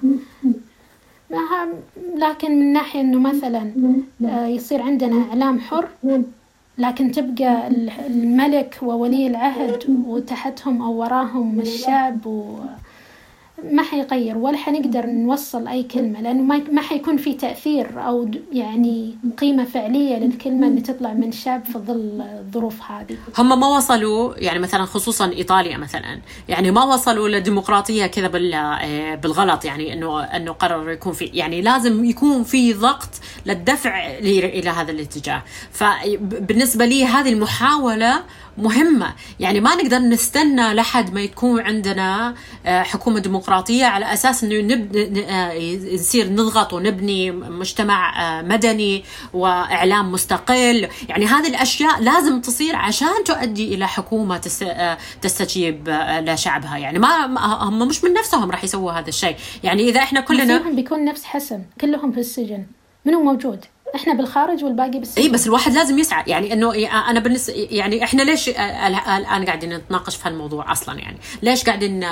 Speaker 4: لكن من ناحية إنه مثلا يصير عندنا إعلام حر لكن تبقى الملك وولي العهد وتحتهم أو وراهم الشعب و ما حيغير ولا حنقدر نوصل أي كلمة، لأنه ما ما حيكون في تأثير أو يعني قيمة فعلية للكلمة اللي تطلع من الشعب في ظل الظروف هذه.
Speaker 3: هم ما وصلوا يعني مثلا خصوصا إيطاليا مثلا يعني ما وصلوا للديمقراطية كذا بالغلط، يعني إنه إنه قرر يكون في يعني لازم يكون في ضغط للدفع إلى هذا الاتجاه. فبالنسبة لي هذه المحاولة مهمة، يعني ما نقدر نستنى لحد ما يكون عندنا حكومة ديمقراطية على أساس إنه نب... نصير نضغط ونبني مجتمع مدني وإعلام مستقل. يعني هذه الأشياء لازم تصير عشان تؤدي إلى حكومة تس... تستجيب لشعبها. يعني ما هم مش من نفسهم راح يسووا هذا الشيء. يعني إذا إحنا كلنا
Speaker 4: بيكون نفس حسن كلهم في السجن منو موجود، احنا بالخارج والباقي بالسجن.
Speaker 3: اي بس الواحد لازم يسعى. يعني انه انا بالنسبه يعني احنا ليش الان قاعدين نتناقش في هالموضوع اصلا؟ يعني ليش قاعدين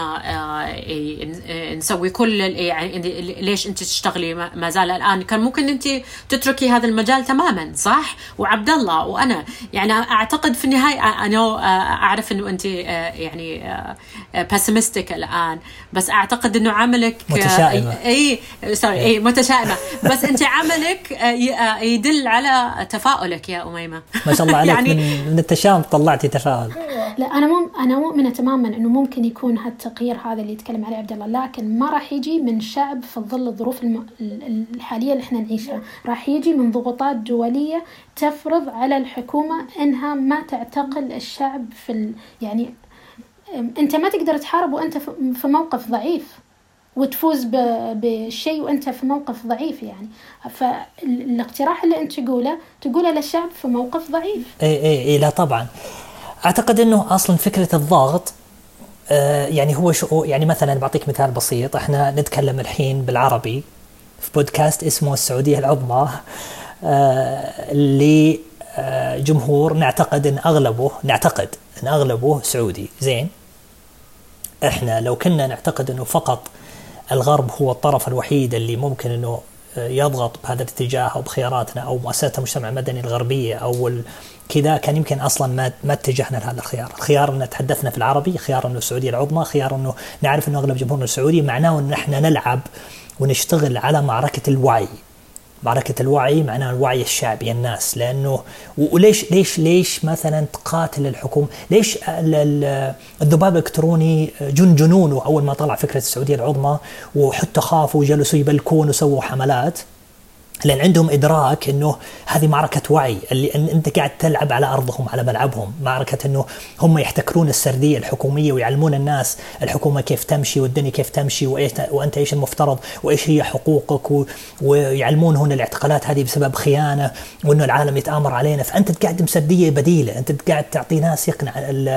Speaker 3: نسوي كل يعني ليش انت تشتغلي ما زال الان؟ كان ممكن انت تتركي هذا المجال تماما صح؟ وعبد الله وانا يعني اعتقد في النهايه انا اعرف انه انت يعني باسيمستيك الان، بس اعتقد انه عملك
Speaker 2: متشائمه.
Speaker 3: اي سوري اي متشائمه بس انت عملك يدل على تفاؤلك يا أميمة.
Speaker 2: ما شاء الله عليك. يعني من التشاؤم طلعتي تفاؤل.
Speaker 4: لا أنا مم أنا مؤمنة تماما إنه ممكن يكون هالتغيير هذا اللي يتكلم عليه عبد الله، لكن ما راح يجي من شعب في ظل الظروف الم... الحالية اللي إحنا نعيشها، راح يجي من ضغوطات دولية تفرض على الحكومة إنها ما تعتقل الشعب في ال... يعني أنت ما تقدر تحارب وأنت في موقف ضعيف وتفوز بشيء وأنت في موقف ضعيف. يعني فالاقتراح اللي أنت تقوله تقوله للشعب في موقف ضعيف.
Speaker 2: إيه إيه إيه لا طبعا. أعتقد إنه أصلا فكرة الضغط آه يعني هو شو يعني مثلا بعطيك مثال بسيط. إحنا نتكلم الحين بالعربي في بودكاست اسمه السعودية العظمى آه لجمهور نعتقد إن أغلبه نعتقد إن أغلبه سعودي. زين إحنا لو كنا نعتقد إنه فقط الغرب هو الطرف الوحيد اللي ممكن أنه يضغط بهذا الاتجاه أو بخياراتنا أو مؤسسات المجتمع المدني الغربية أو كذا، كان يمكن أصلا ما ما اتجهنا لهذا الخيار. الخيار أن تحدثنا في العربي، خيار أنه السعودية العظمى، خيار أنه نعرف أنه أغلب جمهورنا السعودي، معناه أن احنا نلعب ونشتغل على معركة الوعي معركة الوعي معناها الوعي الشعبي الناس. لأنه وليش ليش ليش مثلا تقاتل الحكومة؟ ليش الذباب الإلكتروني جن جنونه أول ما طلع فكرة السعودية العظمى وحتى خافوا وجلسوا يبلكون وسووا حملات؟ لأن عندهم إدراك أنه هذه معركة وعي، اللي أن أنت قاعد تلعب على أرضهم على ملعبهم، معركة أنه هم يحتكرون السردية الحكومية ويعلمون الناس الحكومة كيف تمشي والدنيا كيف تمشي وأنت إيش المفترض وإيش هي حقوقك، ويعلمون هنا الاعتقالات هذه بسبب خيانة وأنه العالم يتآمر علينا. فأنت تقدم سردية بديلة، أنت قاعد تعطي ناس يقنع،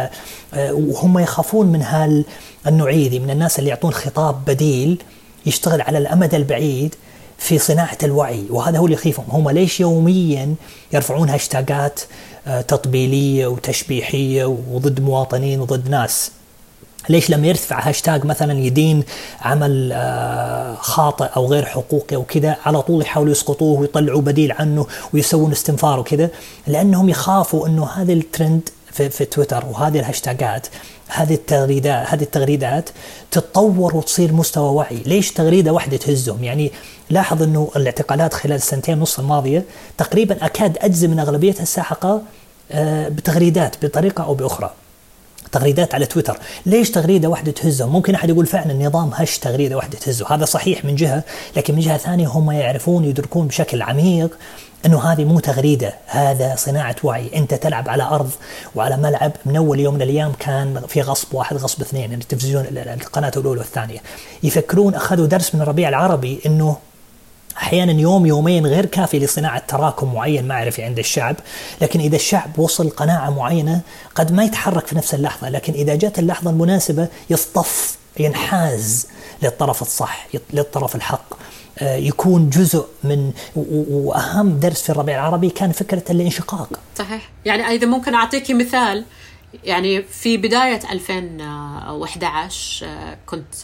Speaker 2: وهم يخافون من هالنوعية دي من الناس اللي يعطون خطاب بديل يشتغل على الأمد البعيد في صناعة الوعي. وهذا هو اللي يخيفهم. هم ليش يوميا يرفعون هاشتاجات تطبيلية وتشبيحية وضد مواطنين وضد ناس؟ ليش لما يرتفع هاشتاج مثلا يدين عمل خاطئ أو غير حقوقي أو كذا على طول يحاولوا يسقطوه ويطلعوا بديل عنه ويسوون استنفار وكذا؟ لأنهم يخافوا أنه هذا الترند في, في تويتر وهذه الهاشتاجات، هذه التغريدات هذه التغريدات تتطور وتصير مستوى وعي. ليش تغريدة واحدة تهزهم؟ يعني لاحظ أنه الاعتقالات خلال السنتين ونص الماضية تقريبا أكاد أجزم من أغلبيتها الساحقة بتغريدات بطريقة أو بأخرى، تغريدات على تويتر. ليش تغريدة واحدة تهزهم؟ ممكن أحد يقول فعلا النظام هش تغريدة واحدة تهزه، هذا صحيح من جهة، لكن من جهة ثانية هم يعرفون يدركون بشكل عميق أنه هذه مو تغريدة، هذا صناعة وعي. أنت تلعب على أرض وعلى ملعب من أول يوم من الأيام كان في غصب واحد غصب اثنين، يعني التلفزيون القناة الأولى والثانية. يفكرون أخذوا درس من الربيع العربي أنه أحيانا يوم يومين غير كافي لصناعة تراكم معين معرفي عند الشعب، لكن إذا الشعب وصل قناعة معينة قد ما يتحرك في نفس اللحظة، لكن إذا جاءت اللحظة المناسبة يصطف، ينحاز للطرف الصح، للطرف الحق، يكون جزء من. وأهم درس في الربيع العربي كان فكرة الانشقاق.
Speaker 3: صحيح. يعني أيضا ممكن أعطيك مثال، يعني في بداية ألفين وإحدى عشر كنت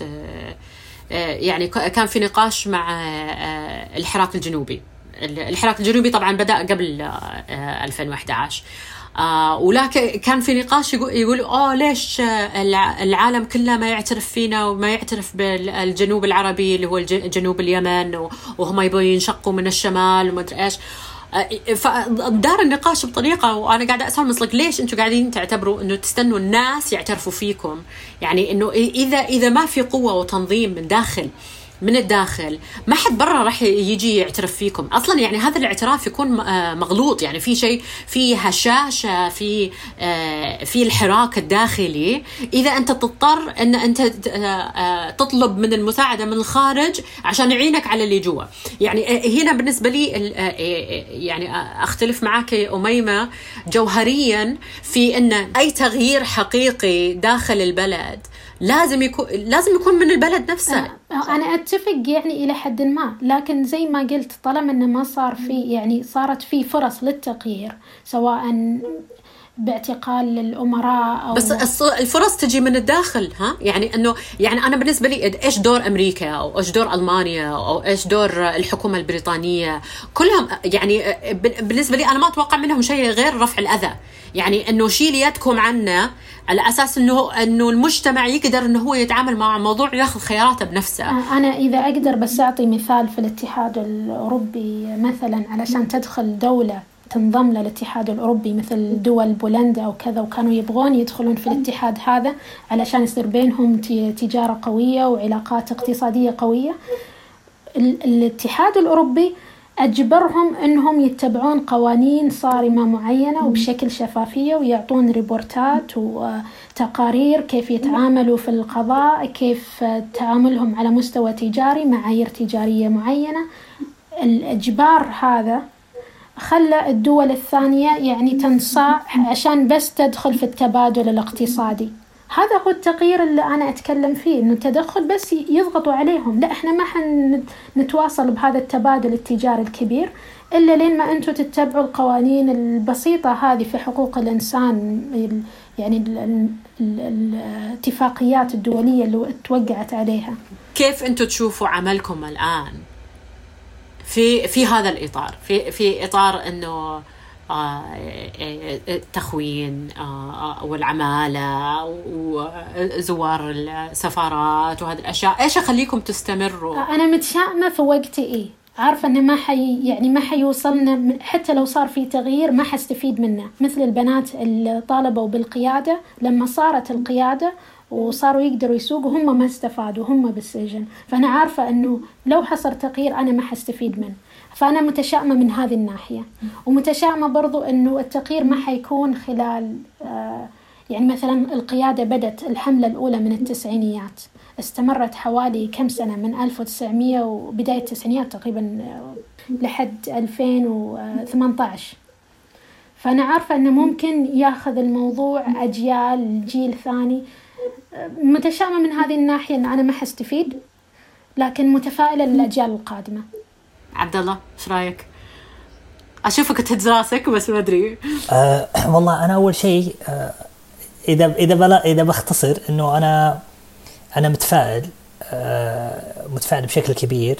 Speaker 3: يعني كان في نقاش مع الحراك الجنوبي. الحراك الجنوبي طبعا بدأ قبل ألفين وإحدى عشر، آه ولكن كان في نقاش يقول, يقول آه ليش العالم كله ما يعترف فينا وما يعترف بالجنوب العربي اللي هو جنوب اليمن، وهم يبغوا ينشقوا من الشمال وما أدري إيش. فدار النقاش بطريقة وأنا قاعدة أسأل مثلك ليش أنتوا قاعدين تعتبروا أنه تستنوا الناس يعترفوا فيكم؟ يعني أنه إذا إذا ما في قوة وتنظيم من داخل من الداخل ما حد برا راح يجي يعترف فيكم أصلا. يعني هذا الاعتراف يكون مغلوط، يعني في شيء في هشاشة في في الحراك الداخلي. إذا أنت تضطر أن أنت تطلب من المساعدة من الخارج عشان يعينك على اللي جوا. يعني هنا بالنسبة لي يعني أختلف معك أميمة جوهريا في أن أي تغيير حقيقي داخل البلد لازم يكون لازم يكون من البلد نفسه.
Speaker 4: أنا أتفق يعني إلى حد ما، لكن زي ما قلت طالما إنه ما صار في يعني صارت في فرص للتغيير سواء باعتقال الأمراء أو
Speaker 3: بس الفرص تجي من الداخل. ها يعني إنه يعني أنا بالنسبة لي إيش دور أمريكا أو إيش دور ألمانيا أو إيش دور الحكومة البريطانية، كلهم يعني بالنسبة لي أنا ما أتوقع منهم شيء غير رفع الأذى. يعني إنه شيل يدكم عنا على أساس إنه إنه المجتمع يقدر إنه هو يتعامل مع موضوع ويأخذ خياراته بنفسه.
Speaker 4: أنا إذا أقدر بس أعطي مثال في الاتحاد الأوروبي مثلا، علشان تدخل دولة تنضم للاتحاد الأوروبي مثل دول بولندا أو كذا، وكانوا يبغون يدخلون في الاتحاد هذا علشان يصير بينهم تجارة قوية وعلاقات اقتصادية قوية، الاتحاد الأوروبي أجبرهم أنهم يتبعون قوانين صارمة معينة وبشكل شفافية، ويعطون ريبورتات وتقارير كيف يتعاملوا في القضاء، كيف تعاملهم على مستوى تجاري، معايير تجارية معينة. الإجبار هذا خلى الدول الثانية يعني تنصاع عشان بس تدخل في التبادل الاقتصادي. هذا هو التغيير اللي أنا أتكلم فيه، إنه تدخل بس يضغطوا عليهم، لا إحنا ما حنتواصل بهذا التبادل التجاري الكبير إلا لين ما أنتوا تتبعوا القوانين البسيطة هذه في حقوق الإنسان، يعني الاتفاقيات الدولية اللي توقعت عليها.
Speaker 3: كيف أنتوا تشوفوا عملكم الآن في في هذا الإطار، في في إطار إنه التخوين والعمالة وزوار السفارات وهذه الأشياء؟ إيش يخليكم تستمروا؟
Speaker 4: أنا متشائمة في وقتي إيه عارفة إنه ما حي يعني ما حيوصلنا، حتى لو صار في تغيير ما حستفيد منه. مثل البنات اللي طالبوا بالقيادة، لما صارت القيادة وصاروا يقدروا يسوقوا هم ما استفادوا، هم بالسجن. فأنا عارفة إنه لو حصل تغيير أنا ما حستفيد منه. فأنا متشائمة من هذه الناحية، ومتشائمة برضو إنه التغيير ما حيكون خلال آه يعني مثلا القيادة بدت الحملة الأولى من التسعينيات، استمرت حوالي كم سنة، من ألف وتسعمية وبداية التسعينيات تقريبا لحد ألفين وثمانية عشر. فأنا عارفة أنه ممكن ياخذ الموضوع أجيال، جيل ثاني. متشائمة من هذه الناحية أن أنا ما حستفيد، لكن متفائلة للأجيال القادمة.
Speaker 3: عبد الله ايش رايك؟ اشوفك تهز راسك بس ما ادري.
Speaker 2: أه والله انا اول شيء أه اذا اذا بلا اذا بختصر انه انا انا متفائل أه متفائل بشكل كبير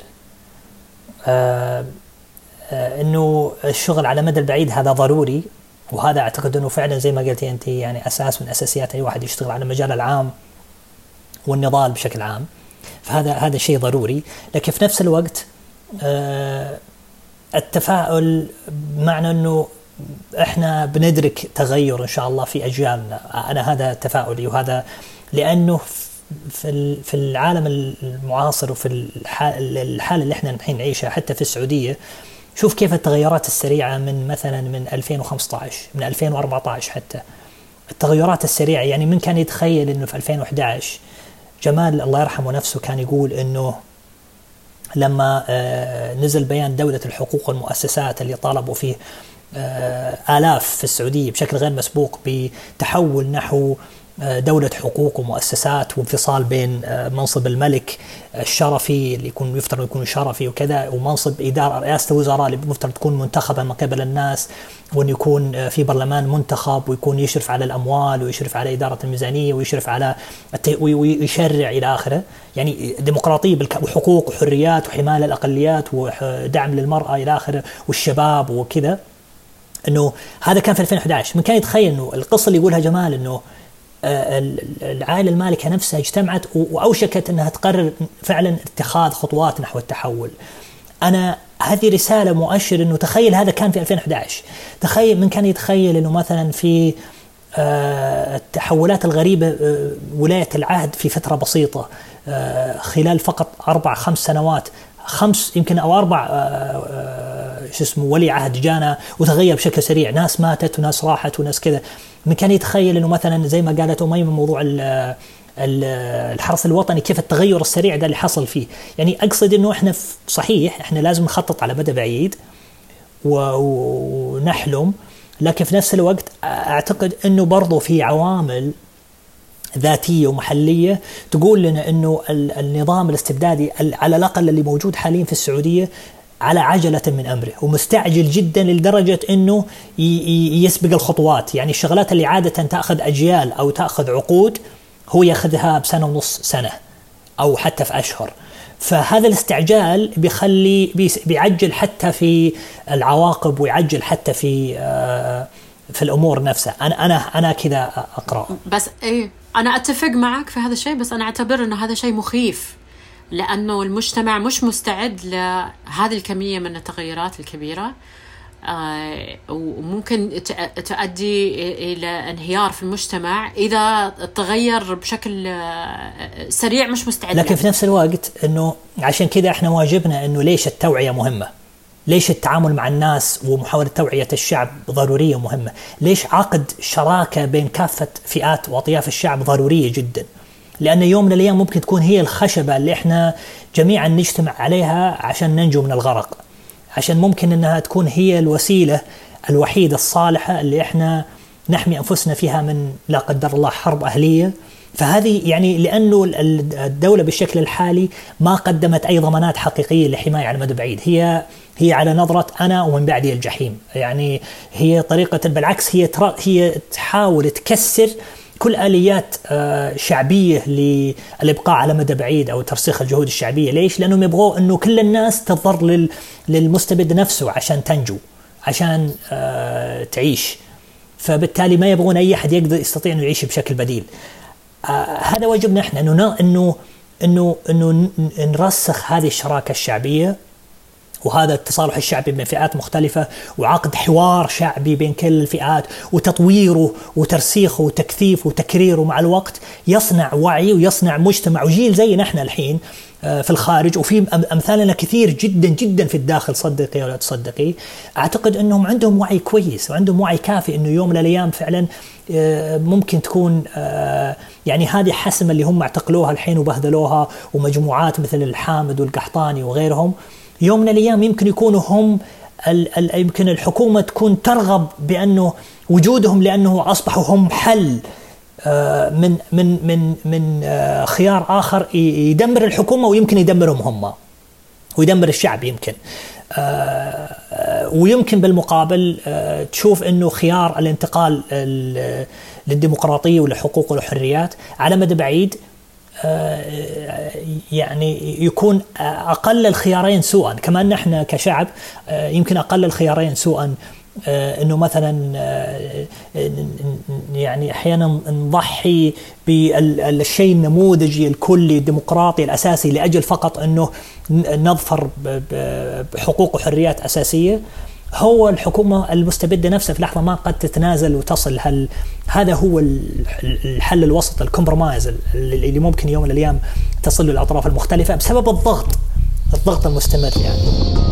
Speaker 2: أه أه انه الشغل على مدى البعيد هذا ضروري، وهذا اعتقد انه فعلا زي ما قلتي انت يعني اساس من اساسيات اي واحد يشتغل على المجال العام والنضال بشكل عام. فهذا هذا شيء ضروري، لكن في نفس الوقت أه التفاؤل بمعنى أنه إحنا بندرك تغير إن شاء الله في أجيالنا. أنا هذا تفاؤلي، وهذا لأنه في في العالم المعاصر وفي الحالة اللي إحنا الحين نعيشها حتى في السعودية، شوف كيف التغيرات السريعة من مثلا من ألفين وخمسة عشر من ألفين وأربعة عشر، حتى التغيرات السريعة. يعني من كان يتخيل إنه في ألفين وأحد عشر جمال الله يرحمه نفسه كان يقول إنه لما نزل بيان دولة الحقوق والمؤسسات اللي طالبوا فيه آلاف في السعودية بشكل غير مسبوق بتحول نحو دولة حقوق ومؤسسات وانفصال بين منصب الملك الشرفي اللي يكون يفترض يكون شرفي وكذا، ومنصب إدارة رئاسة الوزراء اللي مفترض تكون منتخبة من قبل الناس، وأن يكون في برلمان منتخب ويكون يشرف على الأموال ويشرف على إدارة الميزانية ويشرف على ويشرع إلى آخره. يعني ديمقراطية وحقوق وحريات وحماية الأقليات ودعم للمرأة إلى آخره والشباب وكذا. إنه هذا كان في ألفين وأحد عشر. من كان يتخيل إنه القصة اللي يقولها جمال إنه العائلة المالكة نفسها اجتمعت وأوشكت أنها تقرر فعلا اتخاذ خطوات نحو التحول. أنا هذه رسالة مؤشر أنه تخيل هذا كان في ألفين وأحد عشر. تخيل من كان يتخيل أنه مثلا في التحولات الغريبة ولاية العهد في فترة بسيطة خلال فقط أربع خمس سنوات خمس يمكن أو أربع شو اسمه ولي عهد جانا وتغير بشكل سريع، ناس ماتت وناس راحت وناس كذا. من كان يتخيل إنه مثلا زي ما قالت أميمة موضوع الحرس الوطني كيف التغير السريع ده اللي حصل فيه. يعني أقصد إنه إحنا صحيح إحنا لازم نخطط على مدى بعيد ونحلم، لكن في نفس الوقت أعتقد إنه برضو في عوامل ذاتية ومحلية تقول لنا إنه النظام الاستبدادي على الأقل اللي موجود حاليا في السعودية على عجلة من أمره ومستعجل جدا لدرجة إنه يسبق الخطوات. يعني الشغلات اللي عادة تأخذ أجيال أو تأخذ عقود هو يأخذها بسنة ونص سنة أو حتى في أشهر. فهذا الاستعجال بيخلي بيعجل حتى في العواقب ويعجل حتى في في الأمور نفسها. أنا أنا أنا كذا أقرأ.
Speaker 3: بس إيه أنا أتفق معك في هذا الشيء، بس أنا أعتبر إنه هذا شيء مخيف، لأنه المجتمع مش مستعد لهذه الكمية من التغيرات الكبيرة، آه وممكن تؤدي إلى انهيار في المجتمع إذا تغير بشكل آه سريع مش مستعد.
Speaker 2: لكن في نفس الوقت إنه عشان كذا إحنا واجبنا إنه ليش التوعية مهمة، ليش التعامل مع الناس ومحاولة توعية الشعب ضرورية مهمة، ليش عقد شراكة بين كافة فئات وأطياف الشعب ضرورية جدا. لأن يوم من الأيام ممكن تكون هي الخشبة اللي إحنا جميعا نجتمع عليها عشان ننجو من الغرق، عشان ممكن أنها تكون هي الوسيلة الوحيدة الصالحة اللي إحنا نحمي أنفسنا فيها من لا قدر الله حرب أهلية. فهذه يعني لأنه الدولة بالشكل الحالي ما قدمت أي ضمانات حقيقية لحماية على مدى بعيد، هي هي على نظرة أنا ومن بعدي الجحيم. يعني هي طريقة بالعكس هي هي تحاول تكسر كل آليات شعبية للإبقاء على مدى بعيد أو ترسيخ الجهود الشعبية. ليش؟ لأنهم يبغوا أنه كل الناس تضر للمستبد نفسه عشان تنجو، عشان تعيش. فبالتالي ما يبغون أي أحد يقدر يستطيع أنه يعيش بشكل بديل. هذا واجبنا إحنا إنه إنه إنه إنه نرسخ هذه الشراكة الشعبية وهذا التصالح الشعبي بين فئات مختلفة وعقد حوار شعبي بين كل الفئات وتطويره وترسيخه وتكثيفه وتكريره مع الوقت يصنع وعي ويصنع مجتمع وجيل زي نحن الحين في الخارج، وفي أمثالنا كثير جدا جدا في الداخل صدقي ولا تصدقي. أعتقد أنهم عندهم وعي كويس وعندهم وعي كافي أنه يوم من الأيام فعلا ممكن تكون يعني هذه حسمة اللي هم اعتقلوها الحين وبهدلوها، ومجموعات مثل الحامد والقحطاني وغيرهم يوم من الأيام يمكن يكونوا هم ال ال يمكن الحكومة تكون ترغب بأنه وجودهم، لأنه أصبحوا هم حل من من من من خيار آخر يدمر الحكومة ويمكن يدمرهم هم ويدمر الشعب يمكن. ويمكن بالمقابل تشوف أنه خيار الانتقال للديمقراطية وللحقوق والحريات على مدى بعيد يعني يكون أقل الخيارين سوءا. كمان نحن كشعب يمكن أقل الخيارين سوءا إنه مثلا يعني أحيانا نضحي بالشيء النموذجي الكلي الديمقراطي الأساسي لأجل فقط إنه نظفر بحقوق وحريات أساسية. هو الحكومة المستبدة نفسها في لحظة ما قد تتنازل وتصل. هل هذا هو الحل الوسط الكومبرومايز اللي ممكن يوم من الأيام تصل للأطراف المختلفة بسبب الضغط الضغط المستمر يعني.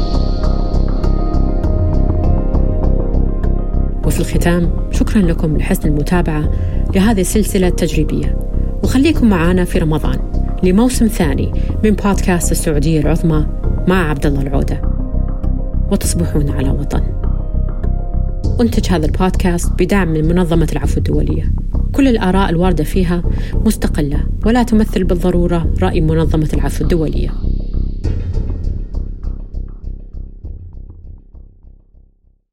Speaker 1: وفي الختام شكرا لكم لحسن المتابعة لهذه السلسلة التجريبية، وخليكم معنا في رمضان لموسم ثاني من بودكاست السعودية العظمى مع عبد الله العودة. وتصبحون على وطن. أنتج هذا البودكاست بدعم من منظمة العفو الدولية. كل الآراء الواردة فيها مستقلة ولا تمثل بالضرورة رأي منظمة العفو الدولية.